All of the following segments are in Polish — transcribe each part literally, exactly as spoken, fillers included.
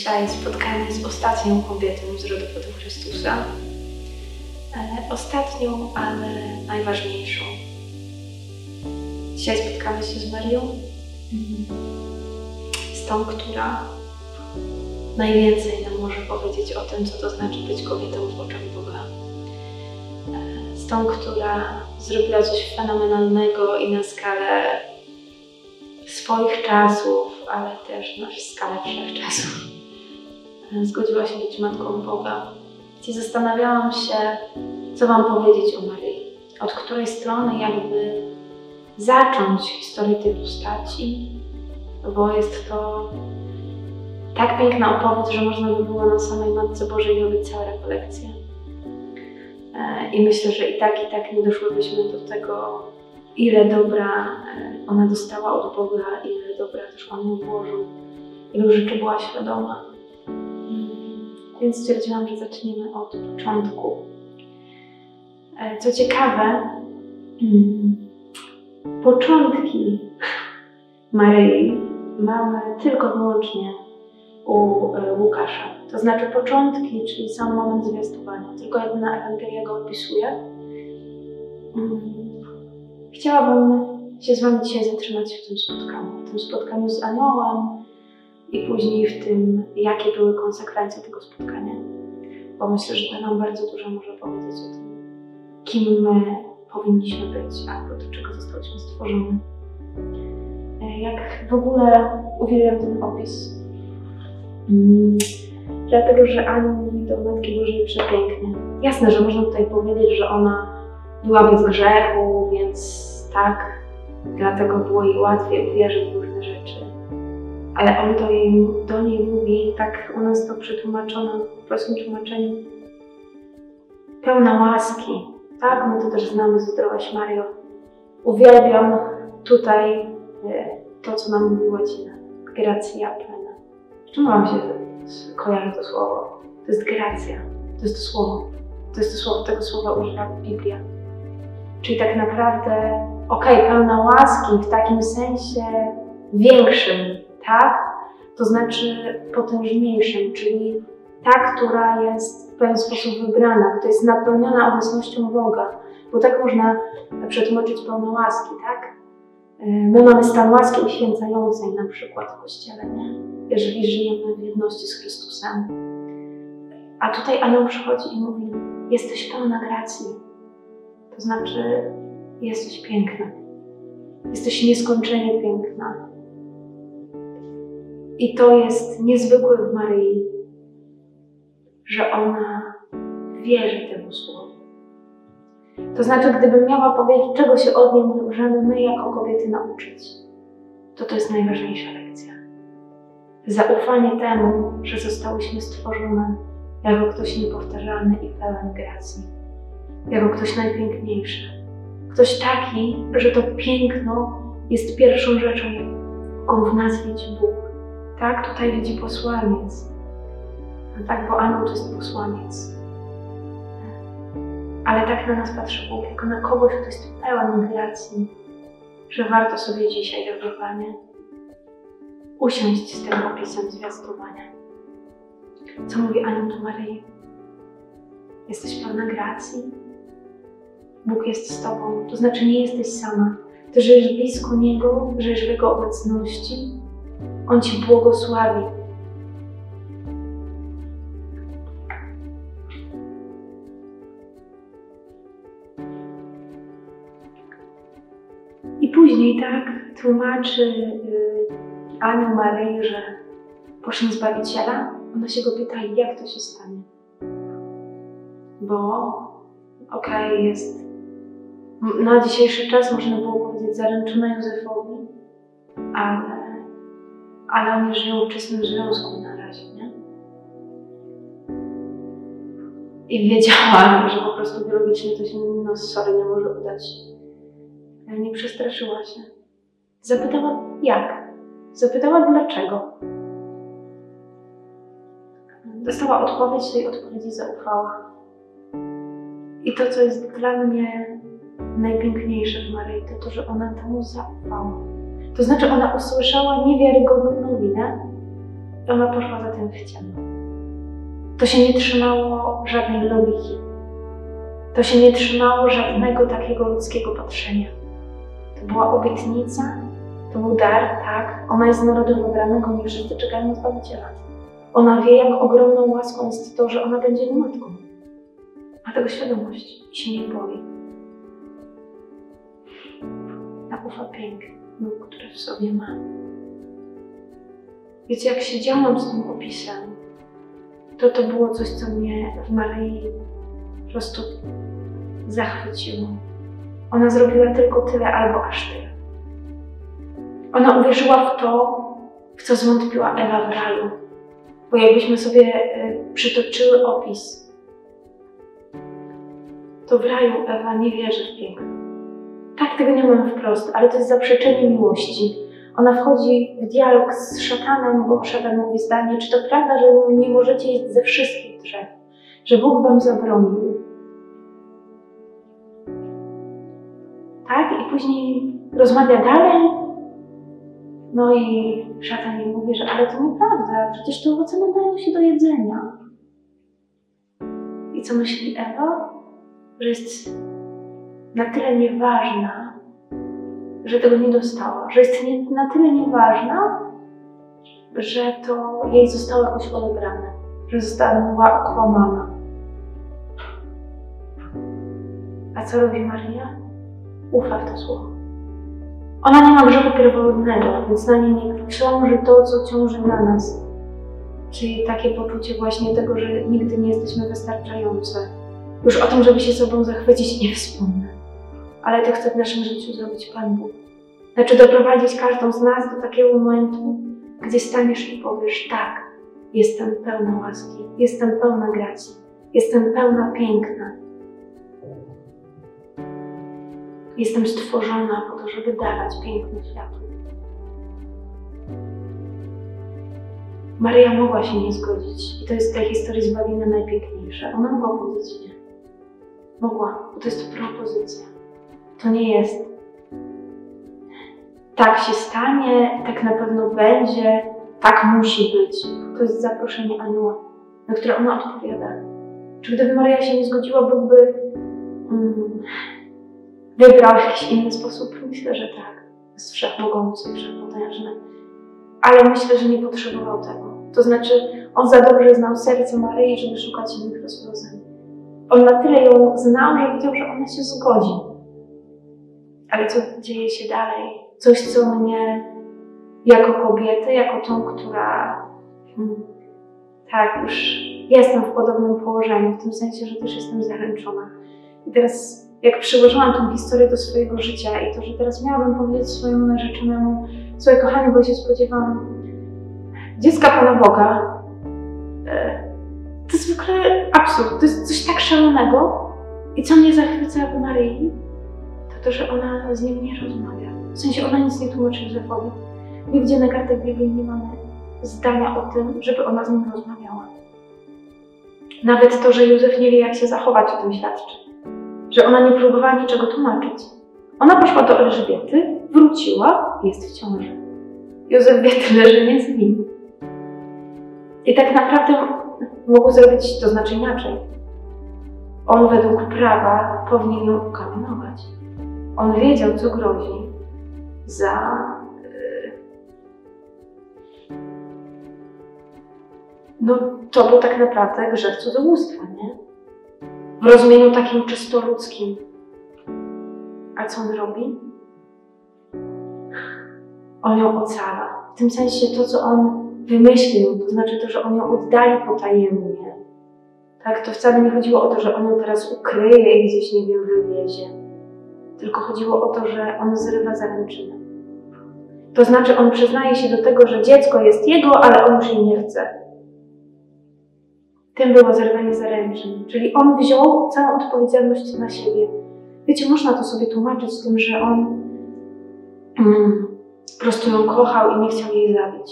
Dzisiaj spotkanie z ostatnią kobietą z rodu potem Chrystusa. E, ostatnią, ale najważniejszą. Dzisiaj spotkamy się z Marią, z tą, która najwięcej nam może powiedzieć o tym, co to znaczy być kobietą w oczach Boga. E, z tą, która zrobiła coś fenomenalnego i na skalę swoich czasów, ale też na skalę wszechczasów. Zgodziła się być Matką Boga. I zastanawiałam się, co Wam powiedzieć o Maryi. Od której strony jakby zacząć historię tej postaci, bo jest to tak piękna opowieść, że można by było na samej Matce Bożej robić całe rekolekcje. I myślę, że i tak, i tak nie doszłybyśmy do tego, ile dobra ona dostała od Boga, ile dobra też On mu włożył, ilu rzeczy była świadoma. Więc stwierdziłam, że zaczniemy od początku. Co ciekawe, początki Maryi mamy tylko wyłącznie u Łukasza. To znaczy początki, czyli sam moment zwiastowania. Tylko jedna Ewangelia go opisuje. Chciałabym się z Wami dzisiaj zatrzymać w tym spotkaniu. W tym spotkaniu z aniołem i później w tym, jakie były konsekwencje tego spotkania. Bo myślę, że to nam bardzo dużo może powiedzieć o tym, kim my powinniśmy być, albo do czego zostaliśmy stworzeni. Jak w ogóle uwielbiam ten opis. Hmm. Dlatego, że Ania mówi do Matki Bożej przepięknie. Jasne, że można tutaj powiedzieć, że ona była bez grzechu, więc tak, dlatego było jej łatwiej uwierzyć w różne rzeczy. Ale on do, jej, do niej mówi, tak u nas to przetłumaczone w polskim tłumaczeniu, pełna łaski. Tak, my to też znamy, Zdrowaś Mario. Uwielbiam tutaj to, co nam mówi łacina. Gratia plena. Czemu Wam się kojarzy to słowo? To jest gracja. To jest to słowo. To jest to słowo, tego słowa używa Biblia. Czyli tak naprawdę, okej, okay, pełna łaski w takim sensie większym, tak? To znaczy potężniejszym, czyli ta, która jest w pewien sposób wybrana, która jest napełniona obecnością Boga. Bo tak można przetłumaczyć pełną łaski, tak? My mamy stan łaski uświęcającej na przykład w Kościele, nie? Jeżeli żyjemy w jedności z Chrystusem. A tutaj anioł przychodzi i mówi, jesteś pełna gracji. To znaczy, jesteś piękna. Jesteś nieskończenie piękna. I to jest niezwykłe w Maryi, że ona wierzy temu słowu. To znaczy, gdybym miała powiedzieć, czego się od niej możemy my jako kobiety nauczyć, to to jest najważniejsza lekcja. Zaufanie temu, że zostałyśmy stworzone jako ktoś niepowtarzalny i pełen gracji. Jako ktoś najpiękniejszy. Ktoś taki, że to piękno jest pierwszą rzeczą, jaką w nas widzi Bóg. Tak, tutaj widzi posłaniec. A tak, bo anioł to jest posłaniec. Ale tak na nas patrzy Bóg, jako na kogoś, kto jest pełen gracji, że warto sobie dzisiaj, drogie Panie, usiąść z tym opisem zwiastowania. Co mówi anioł do Maryi? Jesteś pełna gracji. Bóg jest z Tobą, to znaczy nie jesteś sama. Ty żyjesz blisko Niego, żyjesz w Jego obecności. On Ci błogosławi. I później tak tłumaczy yy, anioł Maryi, że poszli Zbawiciela. Ona się go pyta, jak to się stanie. Bo okej, okay, jest na dzisiejszy czas, można było powiedzieć, zaręczona Józefowi, ale, ale oni żyją w czystym związku na razie, nie? I wiedziała, że po prostu biologicznie to się no sorry, nie może udać. Ale nie przestraszyła się. Zapytała jak? Zapytała dlaczego. Dostała odpowiedź, tej odpowiedzi zaufała. I to, co jest dla mnie najpiękniejsze w Maryi, to to, że ona temu zaufała. To znaczy, ona usłyszała niewiarygodną nowinę, I ona poszła za tym w ciemno. To się nie trzymało żadnej logiki. To się nie trzymało żadnego takiego ludzkiego patrzenia. To była obietnica, to był dar, tak. Ona jest z narodu wybranego, nie wszyscy czekają na Zbawiciela. Ona wie, jak ogromną łaską jest to, że ona będzie jego matką. Ma tego świadomość i się nie boi. Ta ufa pięknu, które w sobie ma. Wiecie, jak siedziałam z tym opisem, to to było coś, co mnie w Maryi po prostu zachwyciło. Ona zrobiła tylko tyle albo aż tyle. Ona uwierzyła w to, w co zwątpiła Ewa w raju. Bo jakbyśmy sobie przytoczyły opis, to w raju Ewa nie wierzy w piękno. Tak, tego nie mamy wprost, ale to jest zaprzeczenie miłości. Ona wchodzi w dialog z szatanem, bo szatan mówi zdanie, czy to prawda, że nie możecie jeść ze wszystkich drzew, że Bóg wam zabronił. Tak? I później rozmawia dalej. No i szatan jej mówi, że ale to nieprawda, przecież te owoce nadają się do jedzenia. I co myśli Ewa? Że jest na tyle nieważna, że tego nie dostała, że jest nie, na tyle nieważna, że to jej zostało jakoś odebrane, że została okłamana. A co robi Maria? Ufa w to słowo. Ona nie ma grzechu pierworodnego, więc na niej nie ciąży to, co ciąży na nas. Czyli takie poczucie właśnie tego, że nigdy nie jesteśmy wystarczające. Już o tym, żeby się sobą zachwycić, nie wspomnę. Ale to chce w naszym życiu zrobić Pan Bóg. Znaczy doprowadzić każdą z nas do takiego momentu, gdzie staniesz i powiesz, tak, jestem pełna łaski, jestem pełna gracji, jestem pełna piękna. Jestem stworzona po to, żeby dawać piękno światu. Maryja mogła się nie zgodzić i to jest w tej historii zbawienia najpiękniejsze. Ona mogła powiedzieć nie. Mogła, bo to jest propozycja. To nie jest tak się stanie, tak na pewno będzie, tak musi być. To jest zaproszenie anioła, na które ona odpowiada. Czy gdyby Maryja się nie zgodziła, Bóg by mm, wybrał w jakiś inny sposób? Myślę, że tak. Jest wszechmogący, wszechpotężny. Ale myślę, że nie potrzebował tego. To znaczy, on za dobrze znał serce Maryi, żeby szukać innych rozwiązań. On na tyle ją znał, że wiedział, że ona się zgodzi. Ale co dzieje się dalej? Coś, co mnie jako kobiety, jako tą, która hmm, tak, już jestem w podobnym położeniu, w tym sensie, że też jestem zaręczona. I teraz, jak przyłożyłam tę historię do swojego życia i to, że teraz miałabym powiedzieć swojemu narzeczonemu, słuchaj kochany, bo się spodziewam dziecka Pana Boga, to jest w ogóle absurd, to jest coś tak szalonego. I co mnie zachwyca w Maryi, to to, że ona z nim nie rozmawia. W sensie ona nic nie tłumaczy Józefowi. Nigdzie na kartach Biblii nie mamy zdania o tym, żeby ona z nim rozmawiała. Nawet to, że Józef nie wie, jak się zachować, o tym świadczy. Że ona nie próbowała niczego tłumaczyć. Ona poszła do Elżbiety, wróciła, jest w ciąży. Józef wie tyle, że nie z nim. I tak naprawdę mógł zrobić to znaczy inaczej. On według prawa powinien ją ukamienować. On wiedział, co grozi za yy... no to był tak naprawdę grzech cudzołóstwa, nie? W rozumieniu takim czysto ludzkim. A co on robi? On ją ocala. W tym sensie to, co on wymyślił, to znaczy to, że on ją oddali potajemnie. Tak, to wcale nie chodziło o to, że on ją teraz ukryje i gdzieś, nie wiem, wywiezie. Tylko chodziło o to, że on zrywa zaręczynę. To znaczy on przyznaje się do tego, że dziecko jest jego, ale on już jej nie chce. Tym było zerwanie zaręczyn. Czyli on wziął całą odpowiedzialność na siebie. Wiecie, można to sobie tłumaczyć z tym, że on mm, po prostu ją kochał i nie chciał jej zabić.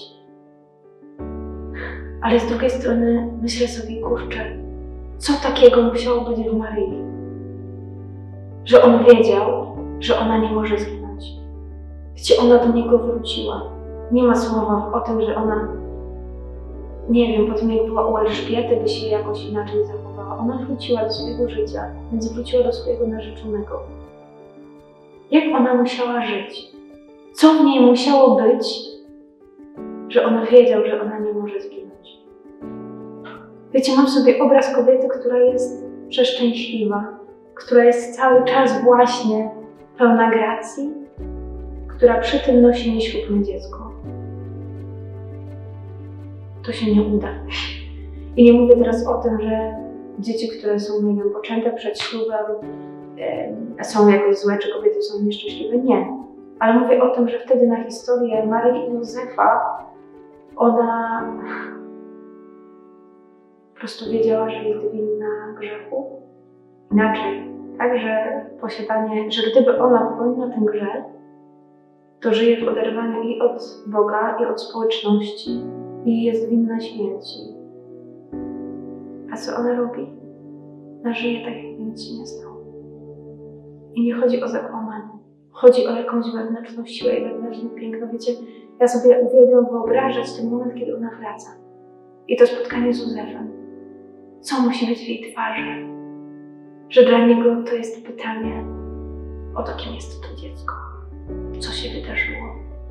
Ale z drugiej strony myślę sobie, kurczę, co takiego musiało być w Maryi? Że on wiedział, że ona nie może zginąć. Wiecie, ona do niego wróciła. Nie ma słowa o tym, że ona nie wiem, po tym jak była u Elżbiety, by się jakoś inaczej zachowała. Ona wróciła do swojego życia, więc wróciła do swojego narzeczonego. Jak ona musiała żyć? Co w niej musiało być, że on wiedział, że ona nie może zginąć? Wiecie, mam sobie obraz kobiety, która jest przeszczęśliwa, która jest cały czas właśnie pełna gracji, która przy tym nosi nieślubne dziecko. To się nie uda. I nie mówię teraz o tym, że dzieci, które są, nie wiem, poczęte przed ślubem, e, są jakoś złe, czy kobiety są nieszczęśliwe. Nie. Ale mówię o tym, że wtedy na historię Maryi i Józefa ona po prostu wiedziała, że jest winna grzechu. Inaczej, tak, że posiadanie, że gdyby ona popełniła ten grzech, to żyje w oderwaniu i od Boga, i od społeczności, i jest winna śmierci. A co ona robi? Ona żyje tak, jakby nic się nie stało. I nie chodzi o zakłamanie. Chodzi o jakąś wewnętrzną siłę i wewnętrzne piękno. Wiecie, ja sobie uwielbiam wyobrażać ten moment, kiedy ona wraca. I to spotkanie z Józefem. Co musi być w jej twarzy? Że dla niego to jest pytanie o to, kim jest to dziecko. Co się wydarzyło.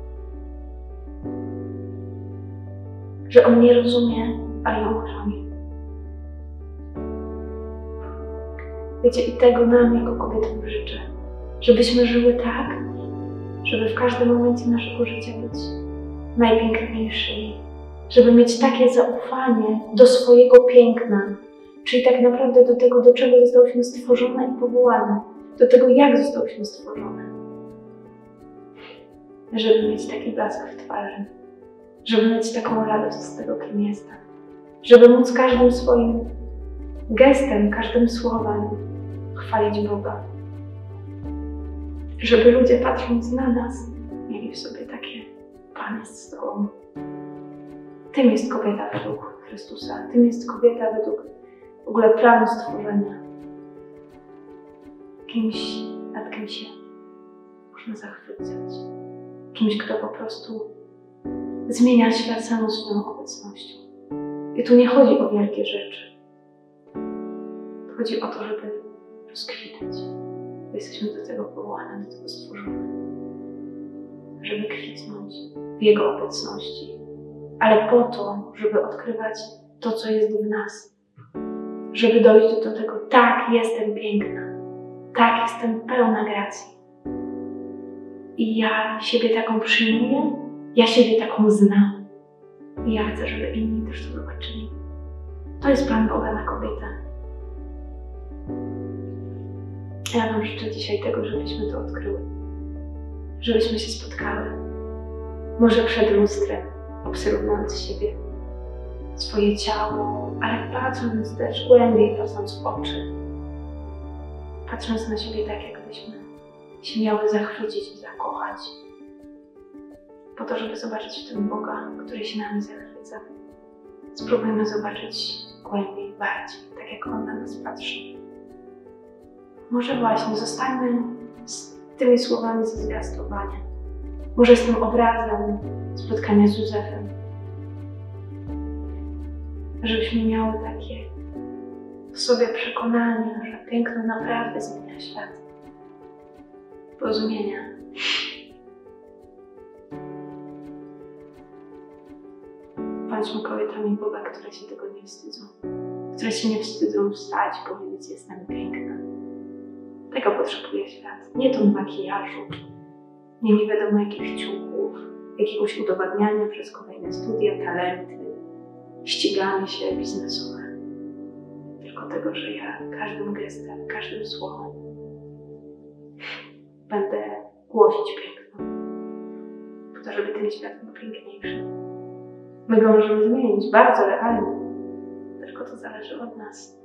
Że on nie rozumie, ale ją chroni. Wiecie, i tego nam jako kobietom życzę. Żebyśmy żyły tak, żeby w każdym momencie naszego życia być najpiękniejszymi. Żeby mieć takie zaufanie do swojego piękna, czyli tak naprawdę do tego, do czego zostałyśmy stworzone i powołane. Do tego, jak zostałyśmy stworzone. Żeby mieć taki blask w twarzy. Żeby mieć taką radość z tego, kim jestem. Żeby móc każdym swoim gestem, każdym słowem chwalić Boga. Żeby ludzie, patrząc na nas, mieli w sobie takie: Pan jest z Tobą. Tym jest kobieta według Chrystusa. Tym jest kobieta według w ogóle planu stworzenia. Kimś, nad kim się można zachwycać. Kimś, kto po prostu zmienia świat samą swoją obecnością. I tu nie chodzi o wielkie rzeczy. Tu chodzi o to, żeby rozkwitać. Bo jesteśmy do tego powołane, do tego stworzone. Żeby kwitnąć w Jego obecności. Ale po to, żeby odkrywać to, co jest w nas. Żeby dojść do tego: tak, jestem piękna. Tak, jestem pełna gracji. I ja siebie taką przyjmuję, ja siebie taką znam. I ja chcę, żeby inni też to zobaczyli. To jest plan Boga na kobietę. Ja Wam życzę dzisiaj tego, żebyśmy to odkryły. Żebyśmy się spotkały. Może przed lustrem, obserwując siebie, swoje ciało, ale patrząc też głębiej, patrząc w oczy. Patrząc na siebie tak, jakbyśmy się miały zachwycić i zakochać. Po to, żeby zobaczyć w tym Boga, który się nami zachwyca. Spróbujmy zobaczyć głębiej, bardziej, tak jak On na nas patrzy. Może właśnie zostańmy z tymi słowami ze zwiastowania. Może z tym obrazem spotkania z Józefem. Żebyśmy miały takie w sobie przekonanie, że piękno naprawdę zmienia świat. Porozumienia. Bądźmy kobietami Boga, które się tego nie wstydzą. Które się nie wstydzą wstać i powiedzieć: jestem piękna. Tego potrzebuje świat. Nie ton makijażu, nie nie wiadomo jakich ciuchów, jakiegoś udowadniania przez kolejne studia, talenty, ściganie się biznesowe. Tylko tego, że ja każdym gestem, każdym słowem będę głosić piękno. Po to, żeby ten świat był piękniejszy. My go możemy zmienić bardzo realnie. Tylko to zależy od nas.